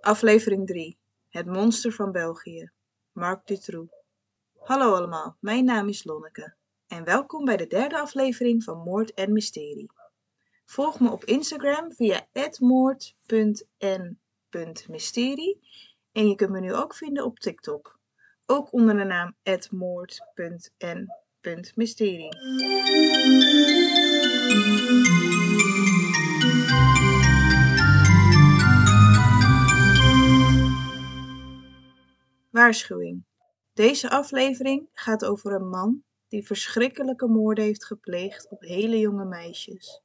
Aflevering 3. Het monster van België. Marc Dutroux. Hallo allemaal, mijn naam is Lonneke. En welkom bij de derde aflevering van Moord en Mysterie. Volg me op Instagram via @moord.n.mysterie en je kunt me nu ook vinden op TikTok. Ook onder de naam @moord.n.mysterie. Waarschuwing. Deze aflevering gaat over een man die verschrikkelijke moorden heeft gepleegd op hele jonge meisjes.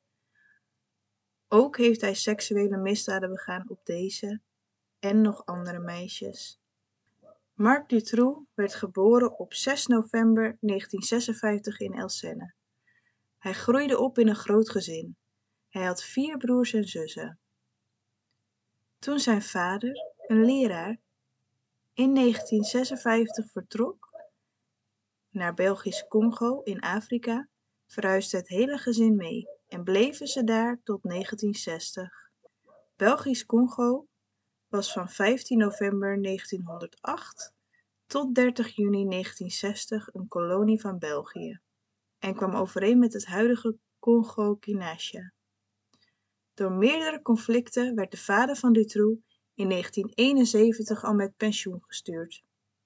Ook heeft hij seksuele misdaden begaan op deze en nog andere meisjes. Marc Dutroux werd geboren op 6 november 1956 in Elsene. Hij groeide op in een groot gezin. Hij had 4 broers en zussen. Toen zijn vader, een leraar, in 1956 vertrok naar Belgisch Congo in Afrika, verhuisde het hele gezin mee en bleven ze daar tot 1960. Belgisch Congo was van 15 november 1908 tot 30 juni 1960 een kolonie van België en kwam overeen met het huidige Congo-Kinshasa. Door meerdere conflicten werd de vader van Dutroux in 1971 al met pensioen gestuurd.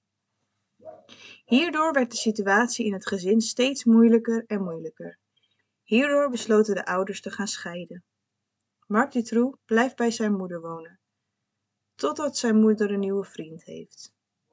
Hierdoor werd de situatie in het gezin steeds moeilijker en moeilijker. Hierdoor besloten de ouders te gaan scheiden. Marc Dutroux blijft bij zijn moeder wonen, totdat zijn moeder een nieuwe vriend heeft.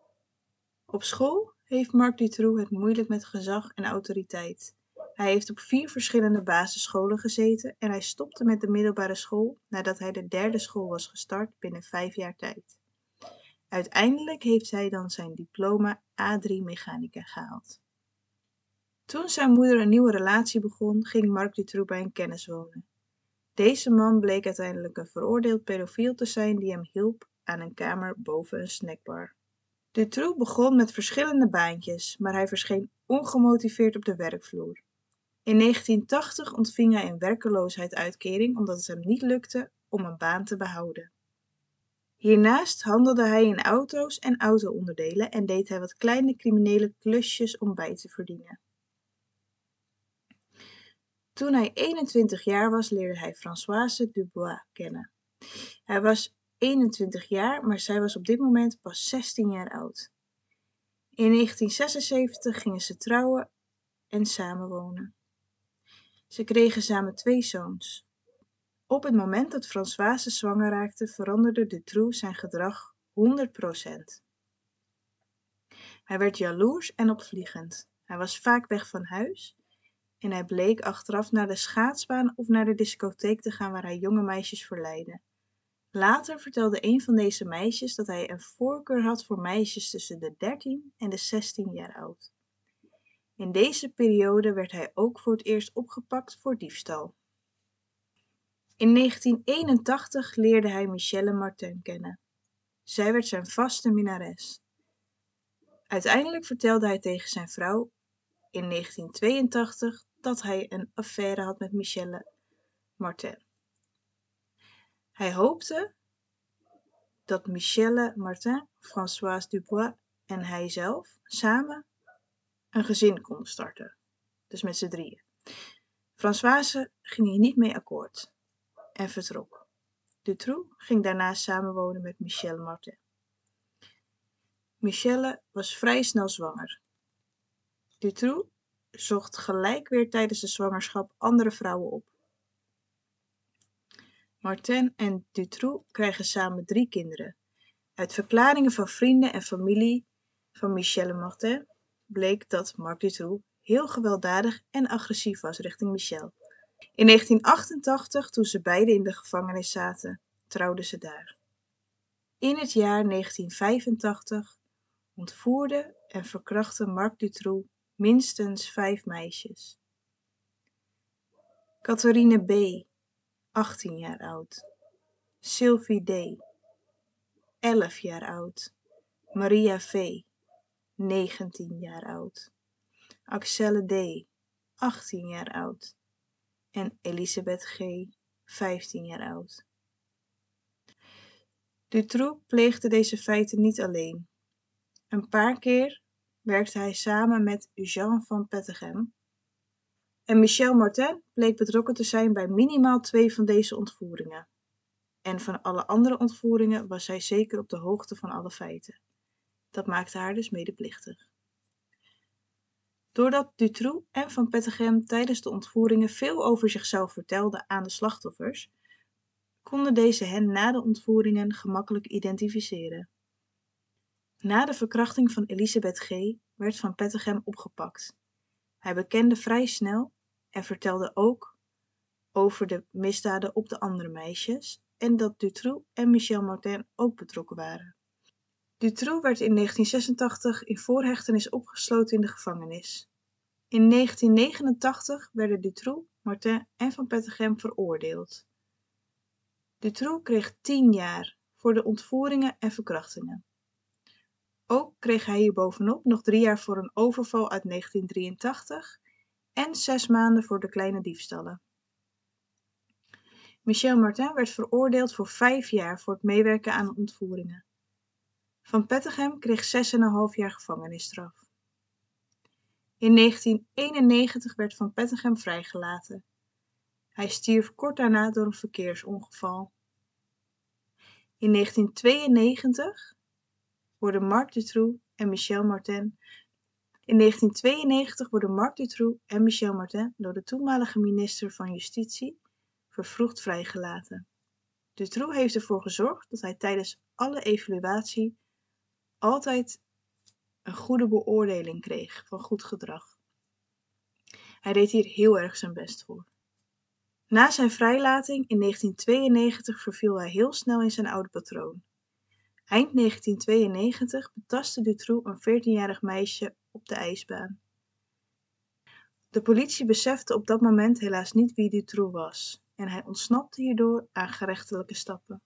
Op school heeft Marc Dutroux het moeilijk met gezag en autoriteit. Hij heeft op 4 verschillende basisscholen gezeten en hij stopte met de middelbare school nadat hij de 3e school was gestart binnen 5 jaar tijd. Uiteindelijk heeft hij dan zijn diploma A3 mechanica gehaald. Toen zijn moeder een nieuwe relatie begon, ging Marc Dutroux bij een kennis wonen. Deze man bleek uiteindelijk een veroordeeld pedofiel te zijn die hem hielp aan een kamer boven een snackbar. Dutroux begon met verschillende baantjes, maar hij verscheen ongemotiveerd op de werkvloer. In 1980 ontving hij een werkeloosheidsuitkering omdat het hem niet lukte om een baan te behouden. Hiernaast handelde hij in auto's en auto-onderdelen en deed hij wat kleine criminele klusjes om bij te verdienen. Toen hij 21 jaar was, leerde hij Françoise Dubois kennen. Hij was 21 jaar, maar zij was op dit moment pas 16 jaar oud. In 1976 gingen ze trouwen en samenwonen. Ze kregen samen 2 zoons. Op het moment dat Françoise zwanger raakte, veranderde Dutroux zijn gedrag 100%. Hij werd jaloers en opvliegend. Hij was vaak weg van huis en hij bleek achteraf naar de schaatsbaan of naar de discotheek te gaan waar hij jonge meisjes verleidde. Later vertelde een van deze meisjes dat hij een voorkeur had voor meisjes tussen de 13 en de 16 jaar oud. In deze periode werd hij ook voor het eerst opgepakt voor diefstal. In 1981 leerde hij Michelle Martin kennen. Zij werd zijn vaste minnares. Uiteindelijk vertelde hij tegen zijn vrouw in 1982 dat hij een affaire had met Michelle Martin. Hij hoopte dat Michelle Martin, Françoise Dubois en hij zelf samen een gezin konden starten. Dus met z'n drieën. Françoise ging hier niet mee akkoord en vertrok. Dutroux ging daarna samenwonen met Michelle Martin. Michelle was vrij snel zwanger. Dutroux zocht gelijk weer tijdens de zwangerschap andere vrouwen op. Martin en Dutroux krijgen samen 3 kinderen. Uit verklaringen van vrienden en familie van Michelle Martin bleek dat Marc Dutroux heel gewelddadig en agressief was richting Michelle. In 1988, toen ze beiden in de gevangenis zaten, trouwden ze daar. In het jaar 1985 ontvoerde en verkrachtte Marc Dutroux minstens 5 meisjes. Catherine B., 18 jaar oud. Sylvie D., 11 jaar oud. Maria V., 19 jaar oud. Axelle D., 18 jaar oud. En Elisabeth G., 15 jaar oud. Dutroux pleegde deze feiten niet alleen. Een paar keer werkte hij samen met Jean van Peteghem en Michel Martin bleek betrokken te zijn bij minimaal 2 van deze ontvoeringen. En van alle andere ontvoeringen was zij zeker op de hoogte van alle feiten. Dat maakte haar dus medeplichtig. Doordat Dutroux en Van Peteghem tijdens de ontvoeringen veel over zichzelf vertelden aan de slachtoffers, konden deze hen na de ontvoeringen gemakkelijk identificeren. Na de verkrachting van Elisabeth G. werd Van Peteghem opgepakt. Hij bekende vrij snel en vertelde ook over de misdaden op de andere meisjes en dat Dutroux en Michel Martin ook betrokken waren. Dutroux werd in 1986 in voorhechtenis opgesloten in de gevangenis. In 1989 werden Dutroux, Martin en Van Peteghem veroordeeld. Dutroux kreeg 10 jaar voor de ontvoeringen en verkrachtingen. Ook kreeg hij hierbovenop nog 3 jaar voor een overval uit 1983 en 6 maanden voor de kleine diefstallen. Michel Martin werd veroordeeld voor 5 jaar voor het meewerken aan de ontvoeringen. Van Peteghem kreeg 6,5 jaar gevangenisstraf. In 1991 werd Van Peteghem vrijgelaten. Hij stierf kort daarna door een verkeersongeval. In 1992 worden Marc Dutroux en Michel Martin door de toenmalige minister van Justitie vervroegd vrijgelaten. Dutroux heeft ervoor gezorgd dat hij tijdens alle evaluatie altijd een goede beoordeling kreeg van goed gedrag. Hij deed hier heel erg zijn best voor. Na zijn vrijlating in 1992 verviel hij heel snel in zijn oude patroon. Eind 1992 betastte Dutroux een 14-jarig meisje op de ijsbaan. De politie besefte op dat moment helaas niet wie Dutroux was en hij ontsnapte hierdoor aan gerechtelijke stappen.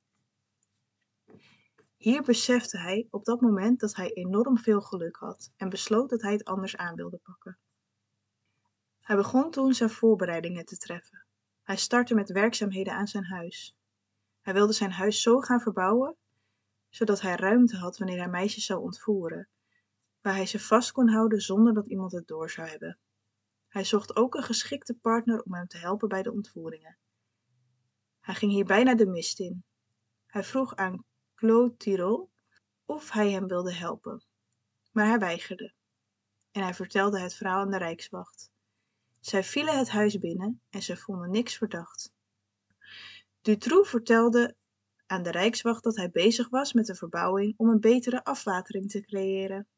Hier besefte hij op dat moment dat hij enorm veel geluk had en besloot dat hij het anders aan wilde pakken. Hij begon toen zijn voorbereidingen te treffen. Hij startte met werkzaamheden aan zijn huis. Hij wilde zijn huis zo gaan verbouwen, zodat hij ruimte had wanneer hij meisjes zou ontvoeren, waar hij ze vast kon houden zonder dat iemand het door zou hebben. Hij zocht ook een geschikte partner om hem te helpen bij de ontvoeringen. Hij ging hier bijna de mist in. Hij vroeg aan Claude Tirole of hij hem wilde helpen, maar hij weigerde. En hij vertelde het verhaal aan de Rijkswacht. Zij vielen het huis binnen en ze vonden niks verdacht. Dutroux vertelde aan de Rijkswacht dat hij bezig was met de verbouwing om een betere afwatering te creëren.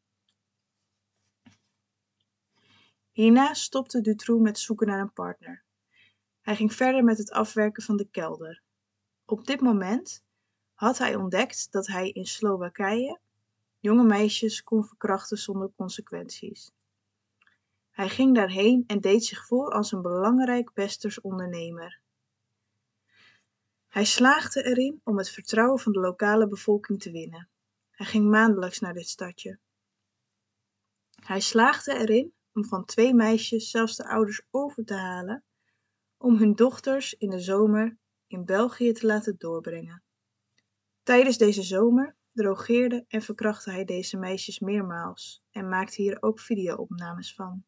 Hierna stopte Dutroux met zoeken naar een partner. Hij ging verder met het afwerken van de kelder. Op dit moment had hij ontdekt dat hij in Slowakije jonge meisjes kon verkrachten zonder consequenties. Hij ging daarheen en deed zich voor als een belangrijk westers ondernemer. Hij slaagde erin om het vertrouwen van de lokale bevolking te winnen. Hij ging maandelijks naar dit stadje. Hij slaagde erin om van 2 meisjes zelfs de ouders over te halen om hun dochters in de zomer in België te laten doorbrengen. Tijdens deze zomer drogeerde en verkrachtte hij deze meisjes meermaals en maakte hier ook video-opnames van.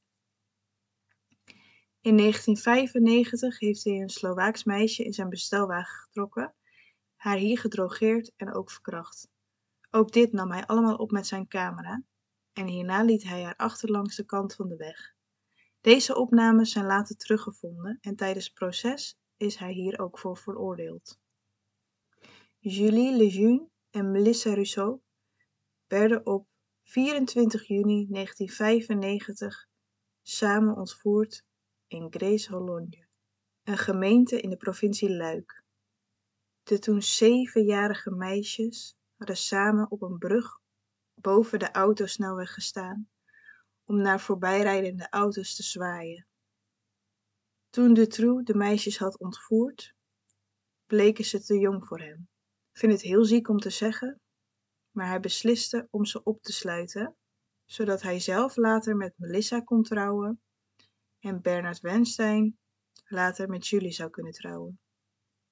In 1995 heeft hij een Slovaaks meisje in zijn bestelwagen getrokken, haar hier gedrogeerd en ook verkracht. Ook dit nam hij allemaal op met zijn camera en hierna liet hij haar achter langs de kant van de weg. Deze opnames zijn later teruggevonden en tijdens het proces is hij hier ook voor veroordeeld. Julie Lejeune en Melissa Rousseau werden op 24 juni 1995 samen ontvoerd in Grèce-Hollogne, een gemeente in de provincie Luik. De toen 7-jarige meisjes hadden samen op een brug boven de autosnelweg gestaan om naar voorbijrijdende auto's te zwaaien. Toen Dutroux de meisjes had ontvoerd, bleken ze te jong voor hem. Ik vind het heel ziek om te zeggen, maar hij besliste om ze op te sluiten, zodat hij zelf later met Melissa kon trouwen en Bernard Weinstein later met Julie zou kunnen trouwen.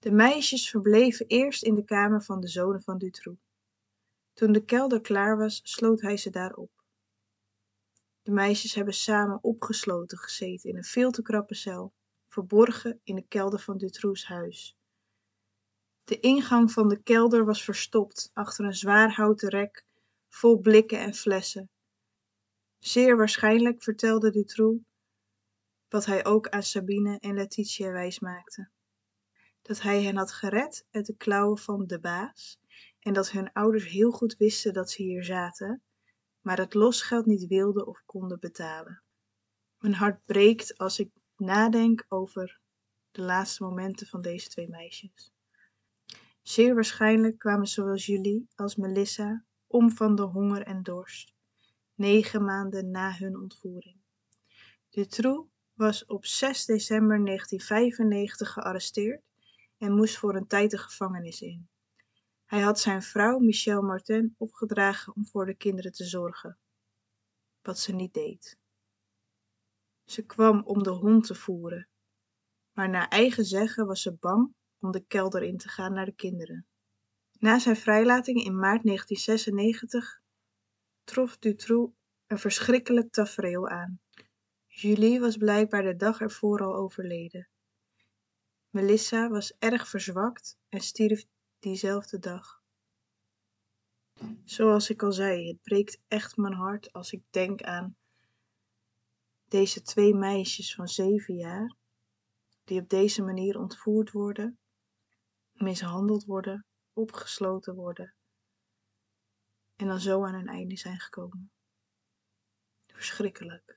De meisjes verbleven eerst in de kamer van de zonen van Dutroux. Toen de kelder klaar was, sloot hij ze daar op. De meisjes hebben samen opgesloten gezeten in een veel te krappe cel, verborgen in de kelder van Dutroux' huis. De ingang van de kelder was verstopt achter een zwaar houten rek vol blikken en flessen. Zeer waarschijnlijk vertelde Dutroux, wat hij ook aan Sabine en Letitia wijsmaakte, dat hij hen had gered uit de klauwen van de baas en dat hun ouders heel goed wisten dat ze hier zaten, maar het losgeld niet wilden of konden betalen. Mijn hart breekt als ik nadenk over de laatste momenten van deze twee meisjes. Zeer waarschijnlijk kwamen zowel Julie als Melissa om van de honger en dorst, 9 maanden na hun ontvoering. Dutroux was op 6 december 1995 gearresteerd en moest voor een tijd de gevangenis in. Hij had zijn vrouw Michelle Martin opgedragen om voor de kinderen te zorgen, wat ze niet deed. Ze kwam om de hond te voeren, maar naar eigen zeggen was ze bang om de kelder in te gaan naar de kinderen. Na zijn vrijlating in maart 1996 trof Dutroux een verschrikkelijk tafereel aan. Julie was blijkbaar de dag ervoor al overleden. Melissa was erg verzwakt en stierf diezelfde dag. Zoals ik al zei, het breekt echt mijn hart als ik denk aan deze twee meisjes van 7 jaar, die op deze manier ontvoerd worden, mishandeld worden, opgesloten worden en dan zo aan hun einde zijn gekomen. Verschrikkelijk.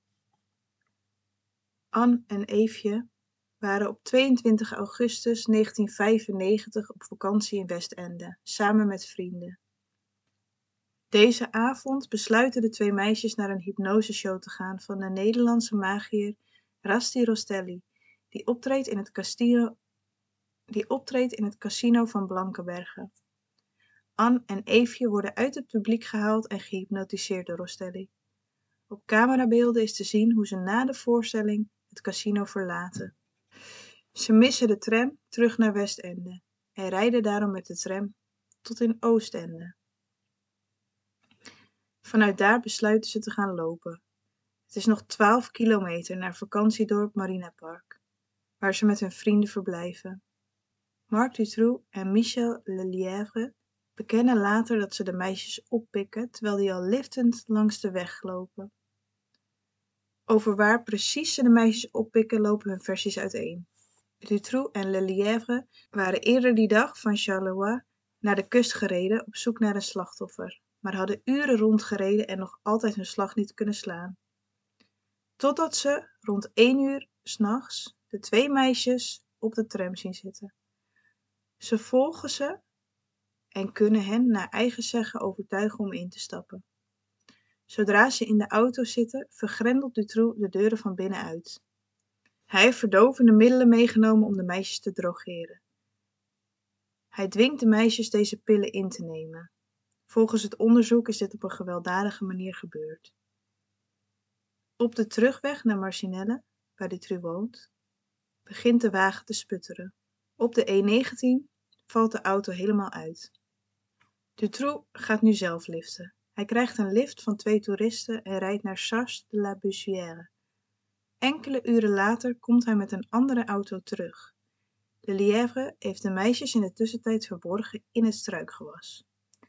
Anne en Eefje waren op 22 augustus 1995 op vakantie in Westende, samen met vrienden. Deze avond besluiten de twee meisjes naar een hypnoseshow te gaan van de Nederlandse magiër Rasti Rostelli, die optreedt in het casino van Blankenberge. Anne en Eefje worden uit het publiek gehaald en gehypnotiseerd door Rostelli. Op camerabeelden is te zien hoe ze na de voorstelling het casino verlaten. Ze missen de tram terug naar Westende en rijden daarom met de tram tot in Oostende. Vanuit daar besluiten ze te gaan lopen. Het is nog 12 kilometer naar vakantiedorp Marina Park, waar ze met hun vrienden verblijven. Marc Dutroux en Michel Lelièvre bekennen later dat ze de meisjes oppikken terwijl die al liftend langs de weg lopen. Over waar precies ze de meisjes oppikken lopen hun versies uiteen. Dutroux en Lelièvre waren eerder die dag van Charleroi naar de kust gereden op zoek naar een slachtoffer, maar hadden uren rondgereden en nog altijd hun slag niet kunnen slaan. Totdat ze rond 1 uur 's nachts de twee meisjes op de tram zien zitten. Ze volgen ze en kunnen hen naar eigen zeggen overtuigen om in te stappen. Zodra ze in de auto zitten, vergrendelt Dutroux de deuren van binnenuit. Hij heeft verdovende middelen meegenomen om de meisjes te drogeren. Hij dwingt de meisjes deze pillen in te nemen. Volgens het onderzoek is dit op een gewelddadige manier gebeurd. Op de terugweg naar Marcinelle, waar Dutroux woont, begint de wagen te sputteren. Op de E19 valt de auto helemaal uit. Dutroux gaat nu zelf liften. Hij krijgt een lift van 2 toeristen en rijdt naar Sars-de-la-Bussière. Enkele uren later komt hij met een andere auto terug. Lelièvre heeft de meisjes in de tussentijd verborgen in het struikgewas.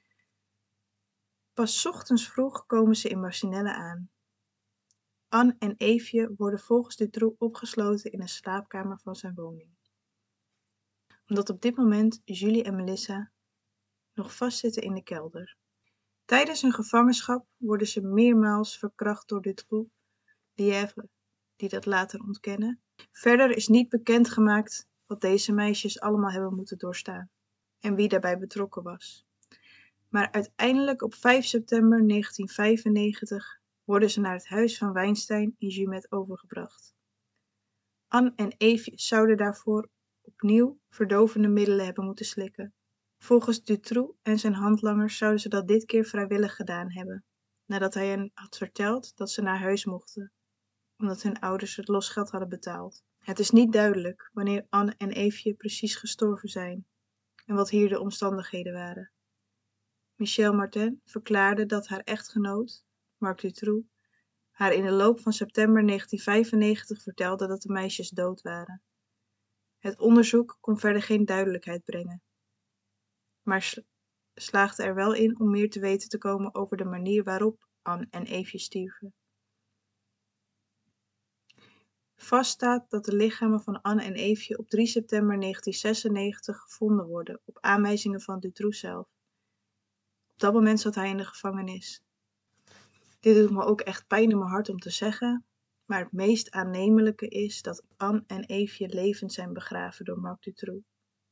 Pas ochtends vroeg komen ze in Marcinelle aan. Anne en Eefje worden volgens Dutroux opgesloten in een slaapkamer van zijn woning. Omdat op dit moment Julie en Melissa nog vastzitten in de kelder. Tijdens hun gevangenschap worden ze meermaals verkracht door Dutroux, Lelièvre, die dat later ontkennen. Verder is niet bekendgemaakt wat deze meisjes allemaal hebben moeten doorstaan en wie daarbij betrokken was. Maar uiteindelijk op 5 september 1995 worden ze naar het huis van Weinstein in Jumet overgebracht. Anne en Eefje zouden daarvoor opnieuw verdovende middelen hebben moeten slikken. Volgens Dutroux en zijn handlangers zouden ze dat dit keer vrijwillig gedaan hebben, nadat hij hen had verteld dat ze naar huis mochten, omdat hun ouders het losgeld hadden betaald. Het is niet duidelijk wanneer Anne en Eefje precies gestorven zijn en wat hier de omstandigheden waren. Michel Martin verklaarde dat haar echtgenoot, Marc Dutroux, haar in de loop van september 1995 vertelde dat de meisjes dood waren. Het onderzoek kon verder geen duidelijkheid brengen, maar slaagde er wel in om meer te weten te komen over de manier waarop Anne en Eefje stierven. Vast staat dat de lichamen van Anne en Eefje op 3 september 1996 gevonden worden op aanwijzingen van Dutroux zelf. Op dat moment zat hij in de gevangenis. Dit doet me ook echt pijn in mijn hart om te zeggen, maar het meest aannemelijke is dat Anne en Eefje levend zijn begraven door Marc Dutroux.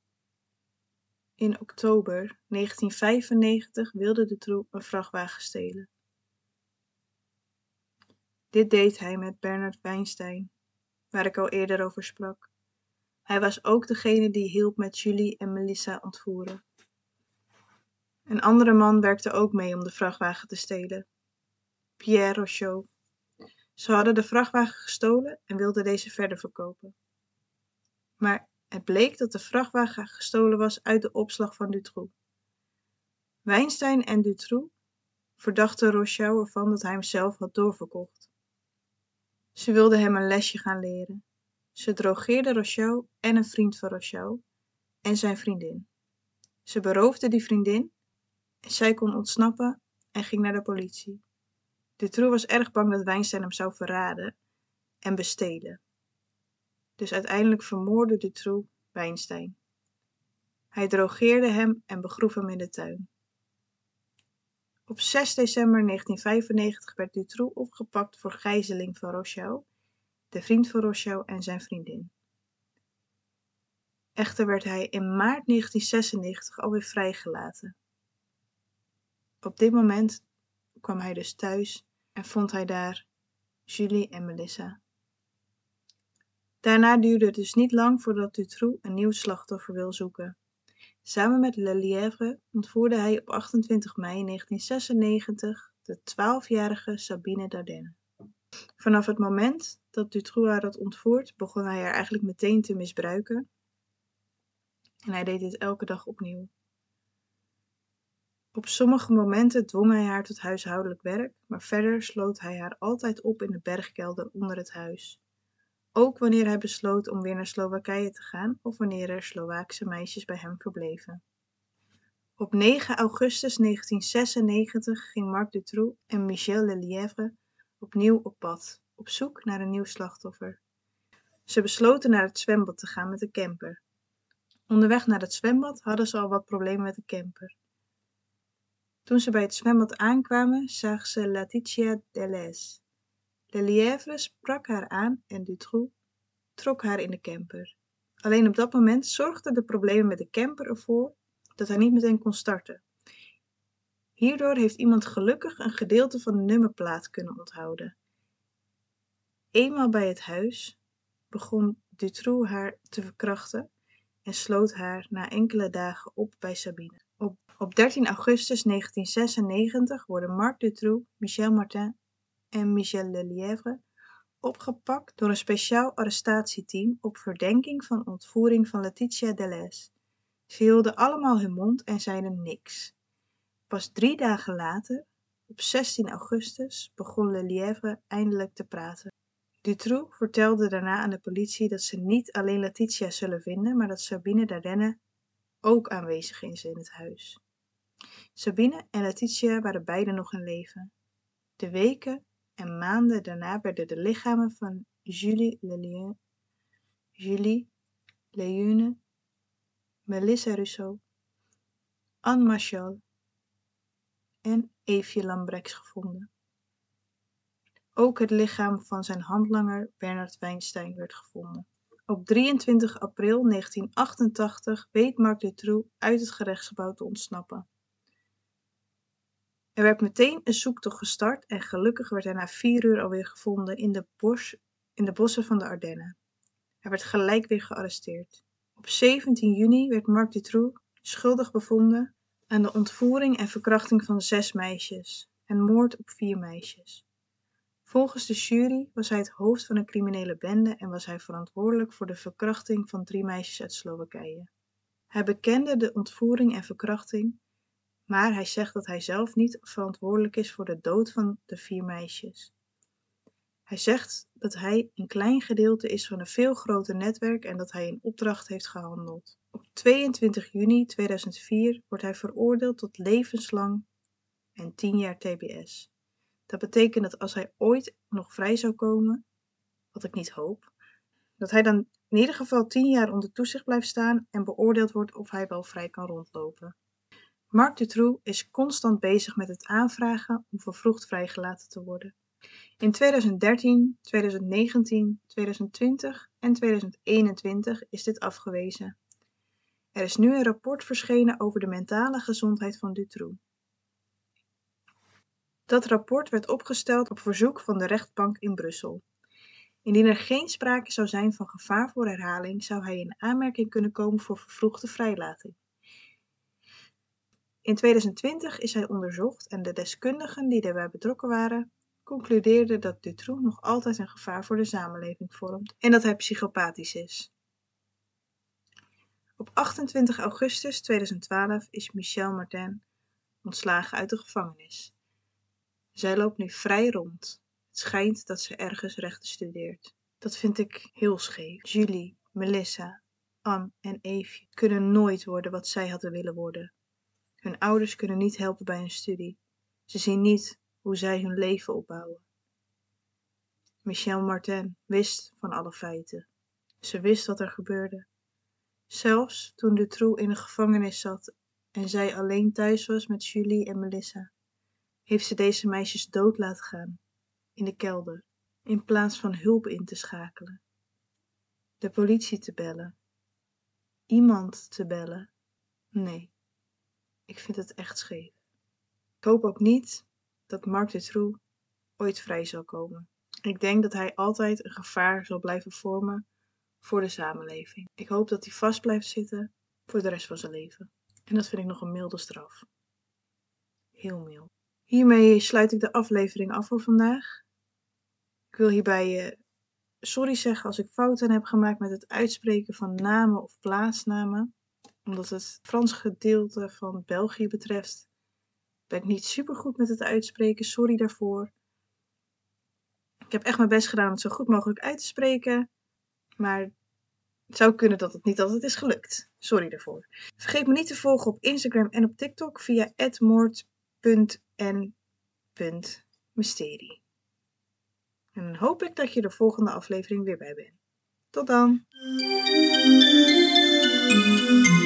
In oktober 1995 wilde Dutroux een vrachtwagen stelen. Dit deed hij met Bernard Weinstein, waar ik al eerder over sprak. Hij was ook degene die hielp met Julie en Melissa ontvoeren. Een andere man werkte ook mee om de vrachtwagen te stelen, Pierre Rochot. Ze hadden de vrachtwagen gestolen en wilden deze verder verkopen. Maar het bleek dat de vrachtwagen gestolen was uit de opslag van Dutroux. Weinstein en Dutroux verdachten Rochot ervan dat hij hem zelf had doorverkocht. Ze wilden hem een lesje gaan leren. Ze drogeerden Rochot en een vriend van Rochot en zijn vriendin. Ze beroofden die vriendin en zij kon ontsnappen en ging naar de politie. Dutroux was erg bang dat Weinstein hem zou verraden en bestelen. Dus uiteindelijk vermoordde Dutroux Weinstein. Hij drogeerde hem en begroef hem in de tuin. Op 6 december 1995 werd Dutroux opgepakt voor gijzeling van Rochot, de vriend van Rochot en zijn vriendin. Echter werd hij in maart 1996 alweer vrijgelaten. Op dit moment kwam hij dus thuis en vond hij daar Julie en Melissa. Daarna duurde het dus niet lang voordat Dutroux een nieuw slachtoffer wil zoeken. Samen met Lelièvre ontvoerde hij op 28 mei 1996 de 12-jarige Sabine Dardenne. Vanaf het moment dat Dutroux haar had ontvoerd, begon hij haar eigenlijk meteen te misbruiken. En hij deed dit elke dag opnieuw. Op sommige momenten dwong hij haar tot huishoudelijk werk, maar verder sloot hij haar altijd op in de bergkelder onder het huis. Ook wanneer hij besloot om weer naar Slowakije te gaan of wanneer er Slowaakse meisjes bij hem verbleven. Op 9 augustus 1996 ging Marc Dutroux en Michel Lelièvre opnieuw op pad, op zoek naar een nieuw slachtoffer. Ze besloten naar het zwembad te gaan met de camper. Onderweg naar het zwembad hadden ze al wat problemen met de camper. Toen ze bij het zwembad aankwamen, zagen ze Laetitia Deleuze. Lelièvre sprak haar aan en Dutroux trok haar in de camper. Alleen op dat moment zorgden de problemen met de camper ervoor dat hij niet meteen kon starten. Hierdoor heeft iemand gelukkig een gedeelte van de nummerplaat kunnen onthouden. Eenmaal bij het huis begon Dutroux haar te verkrachten en sloot haar na enkele dagen op bij Sabine. Op 13 augustus 1996 worden Marc Dutroux, Michel Martin en Michel Lelièvre opgepakt door een speciaal arrestatieteam op verdenking van ontvoering van Laetitia Deleuze. Ze hielden allemaal hun mond en zeiden niks. Pas 3 dagen later, op 16 augustus, begon Lelièvre eindelijk te praten. Dutroux vertelde daarna aan de politie dat ze niet alleen Laetitia zullen vinden, maar dat Sabine Dardenne ook aanwezig is in het huis. Sabine en Laetitia waren beide nog in leven. De weken en maanden daarna werden de lichamen van Julie Lejeune, Melissa Rousseau, Anne Marchal en Eefje Lambrechts gevonden. Ook het lichaam van zijn handlanger Bernard Weinstein werd gevonden. Op 23 april 1988 weet Marc Dutroux uit het gerechtsgebouw te ontsnappen. Er werd meteen een zoektocht gestart en gelukkig werd hij na 4 uur alweer gevonden in de bossen van de Ardennen. Hij werd gelijk weer gearresteerd. Op 17 juni werd Marc Dutroux schuldig bevonden aan de ontvoering en verkrachting van 6 meisjes en moord op 4 meisjes. Volgens de jury was hij het hoofd van een criminele bende en was hij verantwoordelijk voor de verkrachting van 3 meisjes uit Slowakije. Hij bekende de ontvoering en verkrachting, maar hij zegt dat hij zelf niet verantwoordelijk is voor de dood van de 4 meisjes. Hij zegt dat hij een klein gedeelte is van een veel groter netwerk en dat hij in opdracht heeft gehandeld. Op 22 juni 2004 wordt hij veroordeeld tot levenslang en 10 jaar TBS. Dat betekent dat als hij ooit nog vrij zou komen, wat ik niet hoop, dat hij dan in ieder geval 10 jaar onder toezicht blijft staan en beoordeeld wordt of hij wel vrij kan rondlopen. Marc Dutroux is constant bezig met het aanvragen om vervroegd vrijgelaten te worden. In 2013, 2019, 2020 en 2021 is dit afgewezen. Er is nu een rapport verschenen over de mentale gezondheid van Dutroux. Dat rapport werd opgesteld op verzoek van de rechtbank in Brussel. Indien er geen sprake zou zijn van gevaar voor herhaling, zou hij in aanmerking kunnen komen voor vervroegde vrijlating. In 2020 is hij onderzocht en de deskundigen die daarbij betrokken waren, concludeerden dat Dutroux nog altijd een gevaar voor de samenleving vormt en dat hij psychopathisch is. Op 28 augustus 2012 is Michelle Martin ontslagen uit de gevangenis. Zij loopt nu vrij rond. Het schijnt dat ze ergens rechten studeert. Dat vind ik heel scheef. Julie, Melissa, Anne en Eefje kunnen nooit worden wat zij hadden willen worden. Hun ouders kunnen niet helpen bij hun studie. Ze zien niet hoe zij hun leven opbouwen. Michelle Martin wist van alle feiten. Ze wist wat er gebeurde. Zelfs toen Dutroux in de gevangenis zat en zij alleen thuis was met Julie en Melissa, heeft ze deze meisjes dood laten gaan, in de kelder, in plaats van hulp in te schakelen. De politie te bellen. Iemand te bellen. Nee, ik vind het echt scheef. Ik hoop ook niet dat Marc Dutroux ooit vrij zal komen. Ik denk dat hij altijd een gevaar zal blijven vormen voor de samenleving. Ik hoop dat hij vast blijft zitten voor de rest van zijn leven. En dat vind ik nog een milde straf. Heel mild. Hiermee sluit ik de aflevering af voor vandaag. Ik wil hierbij sorry zeggen als ik fouten heb gemaakt met het uitspreken van namen of plaatsnamen. Omdat het Frans gedeelte van België betreft, ben ik niet super goed met het uitspreken. Sorry daarvoor. Ik heb echt mijn best gedaan om het zo goed mogelijk uit te spreken. Maar het zou kunnen dat het niet altijd is gelukt. Sorry daarvoor. Vergeet me niet te volgen op Instagram en op TikTok via @moord.n.mysterie. En dan hoop ik dat je de volgende aflevering weer bij bent. Tot dan!